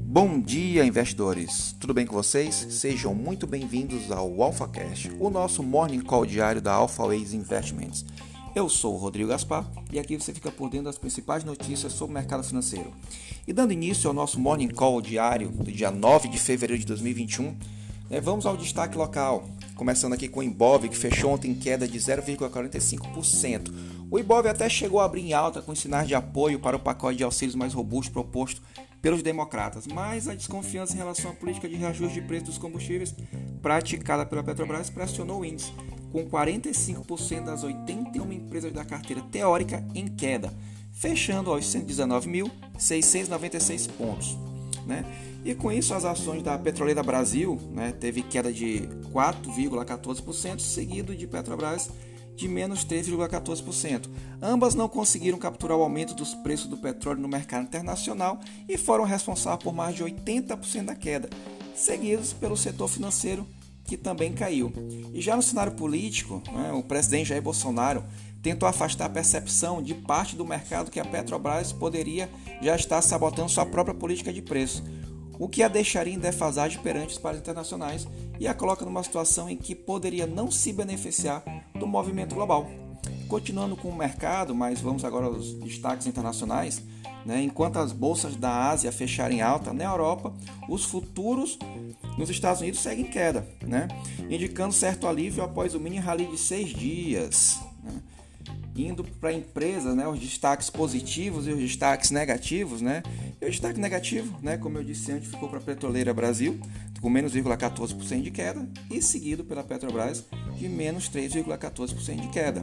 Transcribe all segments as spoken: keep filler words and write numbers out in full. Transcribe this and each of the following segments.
Bom dia, investidores! Tudo bem com vocês? Sejam muito bem-vindos ao AlphaCast, o nosso morning call diário da Alphaways Investments. Eu sou o Rodrigo Gaspar e aqui você fica por dentro das principais notícias sobre o mercado financeiro. E dando início ao nosso morning call diário do dia nove de fevereiro de dois mil e vinte e um, né, vamos ao destaque local. Começando aqui com o Ibov, que fechou ontem em queda de zero vírgula quarenta e cinco por cento. O Ibov até chegou a abrir em alta com sinais de apoio para o pacote de auxílios mais robusto proposto pelos democratas, mas a desconfiança em relação à política de reajuste de preço dos combustíveis praticada pela Petrobras pressionou o índice, com quarenta e cinco por cento das oitenta e uma empresas da carteira teórica em queda, fechando aos cento e dezenove mil, seiscentos e noventa e seis pontos. Né? E com isso as ações da Petroleira Brasil, né, teve queda de quatro vírgula quatorze por cento, seguido de Petrobras de menos três vírgula quatorze por cento. Ambas não conseguiram capturar o aumento dos preços do petróleo no mercado internacional e foram responsáveis por mais de oitenta por cento da queda, seguidos pelo setor financeiro, que também caiu. E já no cenário político, né, o presidente Jair Bolsonaro tentou afastar a percepção de parte do mercado que a Petrobras poderia já estar sabotando sua própria política de preço, o que a deixaria em defasagem perante os pares internacionais e a coloca numa situação em que poderia não se beneficiar do movimento global. Continuando com o mercado, mas vamos agora aos destaques internacionais, né? Enquanto as bolsas da Ásia fecharem alta, na Europa, os futuros nos Estados Unidos seguem em queda, né? Indicando certo alívio após o mini rally de seis dias. Né? Indo para a empresa, né, os destaques positivos e os destaques negativos, né? E o destaque negativo, né, como eu disse antes, ficou para a Petroleira Brasil, com menos zero vírgula quatorze por cento de queda, e seguido pela Petrobras, de menos três vírgula quatorze por cento de queda.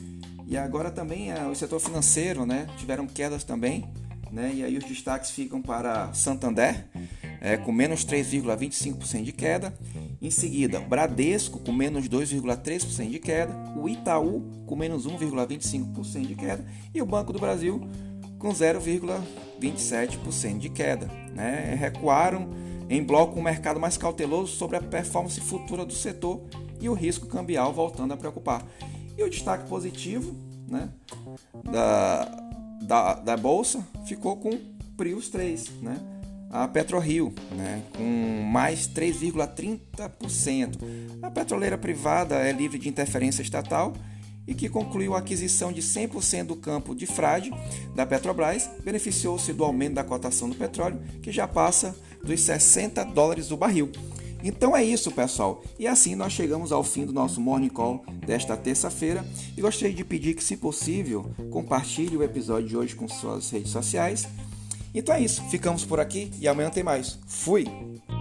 E agora também é, o setor financeiro, né, tiveram quedas também, né, e aí os destaques ficam para Santander, é, com menos três vírgula vinte e cinco por cento de queda. Em seguida, Bradesco com menos dois vírgula três por cento de queda, o Itaú com menos um vírgula vinte e cinco por cento de queda e o Banco do Brasil com zero vírgula vinte e sete por cento de queda. Né? Recuaram em bloco um mercado mais cauteloso sobre a performance futura do setor e o risco cambial voltando a preocupar. E o destaque positivo, né, da, da, da Bolsa ficou com Prius três, né? A PetroRio, né, com mais três vírgula trinta por cento. A petroleira privada é livre de interferência estatal e que concluiu a aquisição de cem por cento do campo de frade da Petrobras, beneficiou-se do aumento da cotação do petróleo, que já passa dos sessenta dólares o barril. Então é isso, pessoal. E assim nós chegamos ao fim do nosso Morning Call desta terça-feira. E gostaria de pedir que, se possível, compartilhe o episódio de hoje com suas redes sociais. Então é isso, ficamos por aqui e amanhã tem mais. Fui!